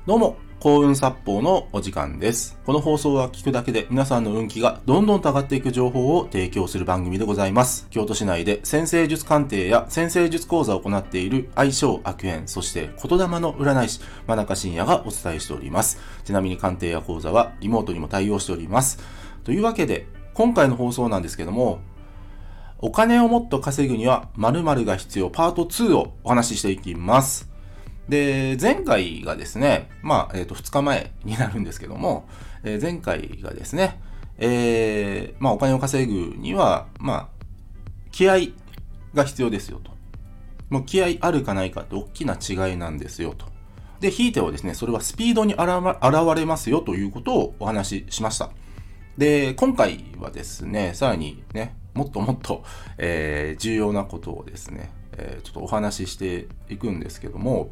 どうも、幸運殺法のお時間です。この放送は聞くだけで皆さんの運気がどんどんと上がっていく情報を提供する番組でございます。京都市内で占星術鑑定や占星術講座を行っている相性悪縁、そして言霊の占い師、真中信也がお伝えしております。ちなみに鑑定や講座はリモートにも対応しております。というわけで、今回の放送なんですけども、お金をもっと稼ぐには〇〇が必要パート2をお話ししていきます。で、前回がですね、2日前になるんですけども、前回がですね、お金を稼ぐには、気合が必要ですよと。もう気合あるかないかって大きな違いなんですよと。で、ひいてはですね、それはスピードに現れますよということをお話ししました。で、今回はですね、さらにね、もっともっと、重要なことをですね、ちょっとお話ししていくんですけども、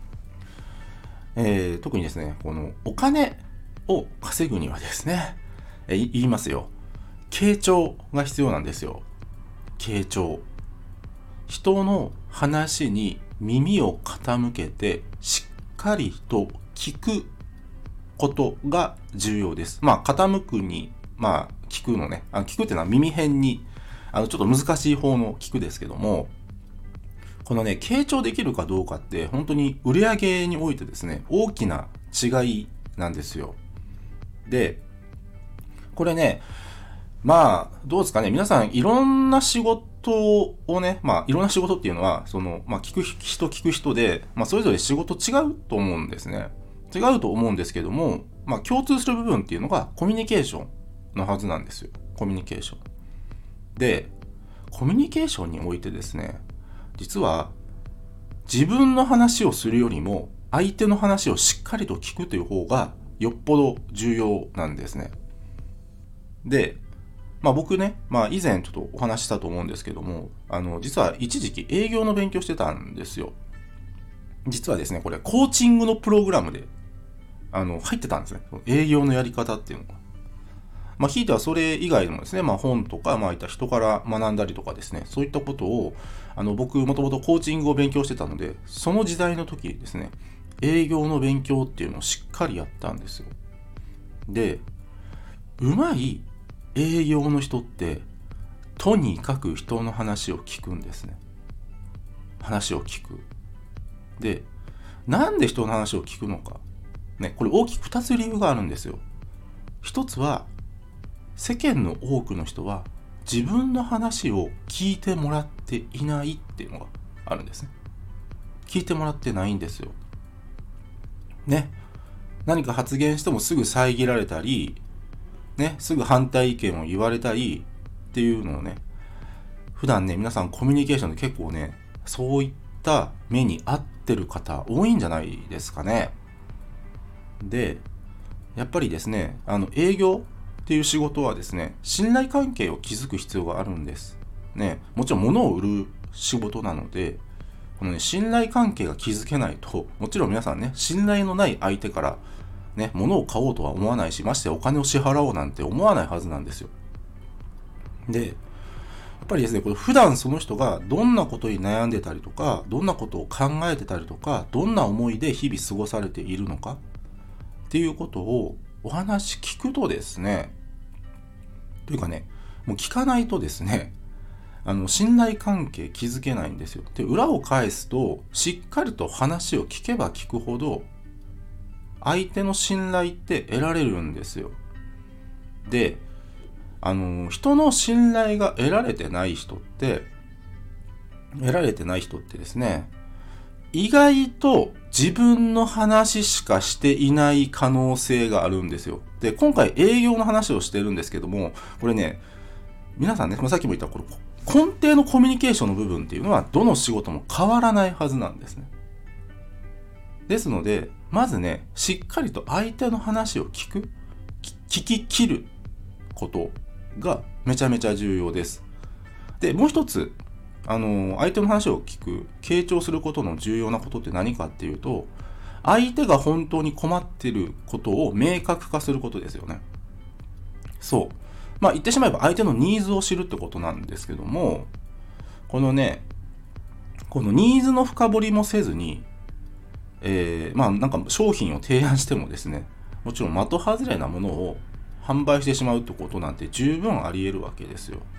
特にですね、このお金を稼ぐにはですね、言いますよ。傾聴が必要なんですよ。傾聴。人の話に耳を傾けてしっかりと聞くことが重要です。傾くに、聞くのね。聞くっていうのは耳辺に、ちょっと難しい方の聞くですけども、このね、傾聴できるかどうかって本当に売上においてですね、大きな違いなんですよ。で、これね、どうですかね、皆さんいろんな仕事をね、いろんな仕事っていうのは、聞く人で、それぞれ仕事違うと思うんですね。違うと思うんですけども、共通する部分っていうのがコミュニケーションのはずなんですよ。コミュニケーション。で、コミュニケーションにおいてですね、実は自分の話をするよりも相手の話をしっかりと聞くという方がよっぽど重要なんですね。で、僕ね、以前ちょっとお話ししたと思うんですけども、実は一時期営業の勉強してたんですよ。実はですね、これコーチングのプログラムで入ってたんですね。営業のやり方っていうのが。ひいてはそれ以外でもですね、本とか、いった人から学んだりとかですね、そういったことを、僕もともとコーチングを勉強してたので、その時代の時ですね、営業の勉強っていうのをしっかりやったんですよ。で、うまい営業の人って、とにかく人の話を聞くんですね。話を聞く。で、なんで人の話を聞くのか。ね、これ大きく2つ理由があるんですよ。一つは、世間の多くの人は自分の話を聞いてもらっていないっていうのがあるんですね。聞いてもらってないんですよ。ね。何か発言してもすぐ遮られたり、ね、すぐ反対意見を言われたりっていうのをね、普段ね、皆さんコミュニケーションで結構ね、そういった目に遭ってる方多いんじゃないですかね。で、やっぱりですね、営業っていう仕事はですね、信頼関係を築く必要があるんです。ね、もちろん物を売る仕事なので、このね、信頼関係が築けないと、もちろん皆さんね、信頼のない相手からね、物を買おうとは思わないし、ましてお金を支払おうなんて思わないはずなんですよ。で、やっぱりですね、これ普段その人がどんなことに悩んでたりとか、どんなことを考えてたりとか、どんな思いで日々過ごされているのかっていうことをお話聞くとですね、というかね、もう聞かないとですね、信頼関係築けないんですよ。で、裏を返すと、しっかりと話を聞けば聞くほど、相手の信頼って得られるんですよ。で、人の信頼が得られてない人ですね、意外と自分の話しかしていない可能性があるんですよ。で、今回営業の話をしてるんですけども、これね、皆さんね、さっきも言ったこの根底のコミュニケーションの部分っていうのはどの仕事も変わらないはずなんですね。ですので、まずね、しっかりと相手の話を聞き切ることがめちゃめちゃ重要です。で、もう一つ、相手の話を聞く、傾聴することの重要なことって何かっていうと、相手が本当に困っていることを明確化することですよね。そう。言ってしまえば相手のニーズを知るってことなんですけども、このニーズの深掘りもせずに、 なんか商品を提案してもですね、もちろん的外れなものを販売してしまうってことなんて十分あり得るわけですよ。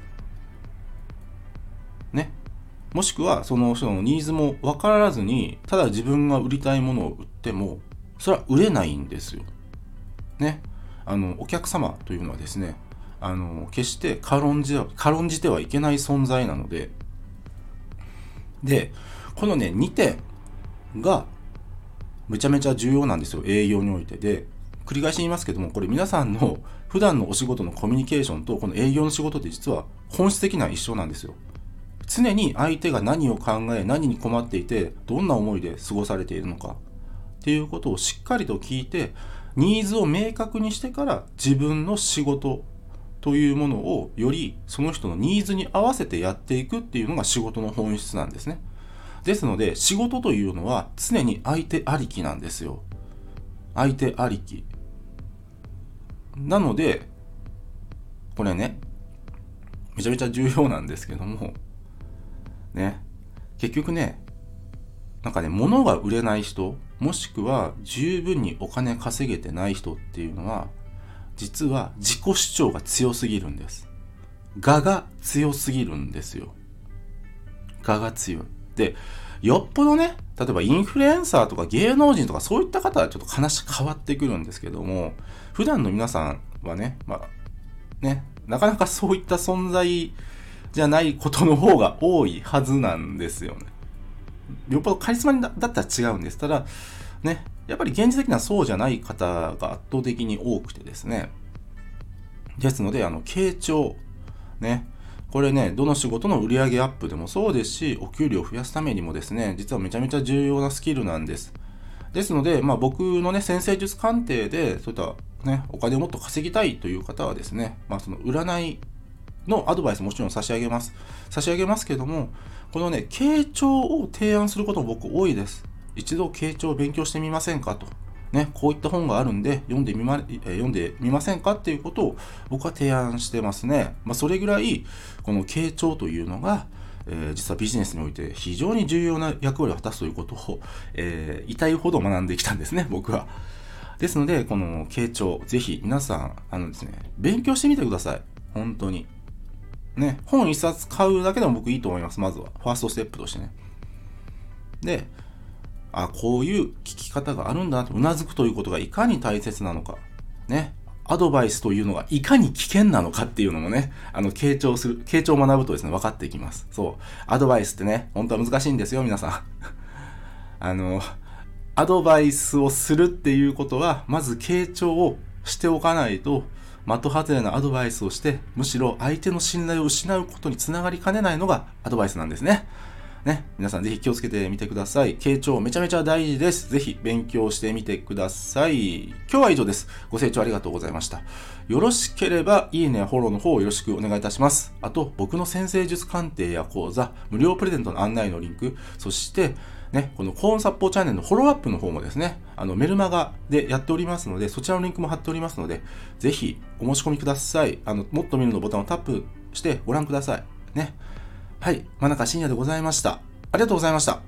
ね。もしくはその人のニーズも分からずに、ただ自分が売りたいものを売っても、それは売れないんですよ。ね。お客様というのはですね、決して軽んじてはいけない存在なので、で、このね、2点がめちゃめちゃ重要なんですよ、営業において。で、繰り返し言いますけども、これ皆さんの普段のお仕事のコミュニケーションとこの営業の仕事って実は本質的な一緒なんですよ。常に相手が何を考え、何に困っていて、どんな思いで過ごされているのかっていうことをしっかりと聞いて、ニーズを明確にしてから自分の仕事というものをよりその人のニーズに合わせてやっていくっていうのが仕事の本質なんですね。ですので仕事というのは常に相手ありきなんですよ。相手ありき。なのでこれね、めちゃめちゃ重要なんですけどもね、結局ね、なんかね、物が売れない人、もしくは十分にお金稼げてない人っていうのは、実は自己主張が強すぎるんです。我が強すぎるんですよ。我が強い。で、よっぽどね、例えばインフルエンサーとか芸能人とかそういった方はちょっと話変わってくるんですけども、普段の皆さんはね、なかなかそういった存在じゃないことの方が多いはずなんですよね。よっぽどカリスマだったら違うんです。ただ、ね、やっぱり現実的にはそうじゃない方が圧倒的に多くてですね。ですので、傾聴。ね。これね、どの仕事の売上アップでもそうですし、お給料を増やすためにもですね、実はめちゃめちゃ重要なスキルなんです。ですので、僕のね、先生術鑑定で、そういったね、お金をもっと稼ぎたいという方はですね、その占いのアドバイスもちろん差し上げますけども、このね、傾聴を提案することも僕多いです。一度傾聴を勉強してみませんかと。ね、こういった本があるんで読んでみませんかっていうことを僕は提案してますね。それぐらいこの傾聴というのが、実はビジネスにおいて非常に重要な役割を果たすということを、痛いほど学んできたんですね、僕は。ですので、この傾聴、ぜひ皆さんですね、勉強してみてください。本当に。ね、本一冊買うだけでも僕いいと思います。まずはファーストステップとしてね。で、こういう聞き方があるんだとうなずくということがいかに大切なのか、ね、アドバイスというのがいかに危険なのかっていうのもね、傾聴を学ぶとですね、分かっていきます。そう、アドバイスってね、本当は難しいんですよ、皆さん。アドバイスをするっていうことは、まず傾聴をしておかないと、的外れなアドバイスをして、むしろ相手の信頼を失うことにつながりかねないのがアドバイスなんですね。皆さんぜひ気をつけてみてください。傾聴めちゃめちゃ大事です。ぜひ勉強してみてください。今日は以上です。ご清聴ありがとうございました。よろしければ、いいねやフォローの方をよろしくお願いいたします。あと、僕の先生術鑑定や講座、無料プレゼントの案内のリンク、そして、このコーンサッポーチャンネルのフォローアップの方もですね、メルマガでやっておりますので、そちらのリンクも貼っておりますので、ぜひお申し込みください。もっと見るのボタンをタップしてご覧ください。はい。真中信也でございました。ありがとうございました。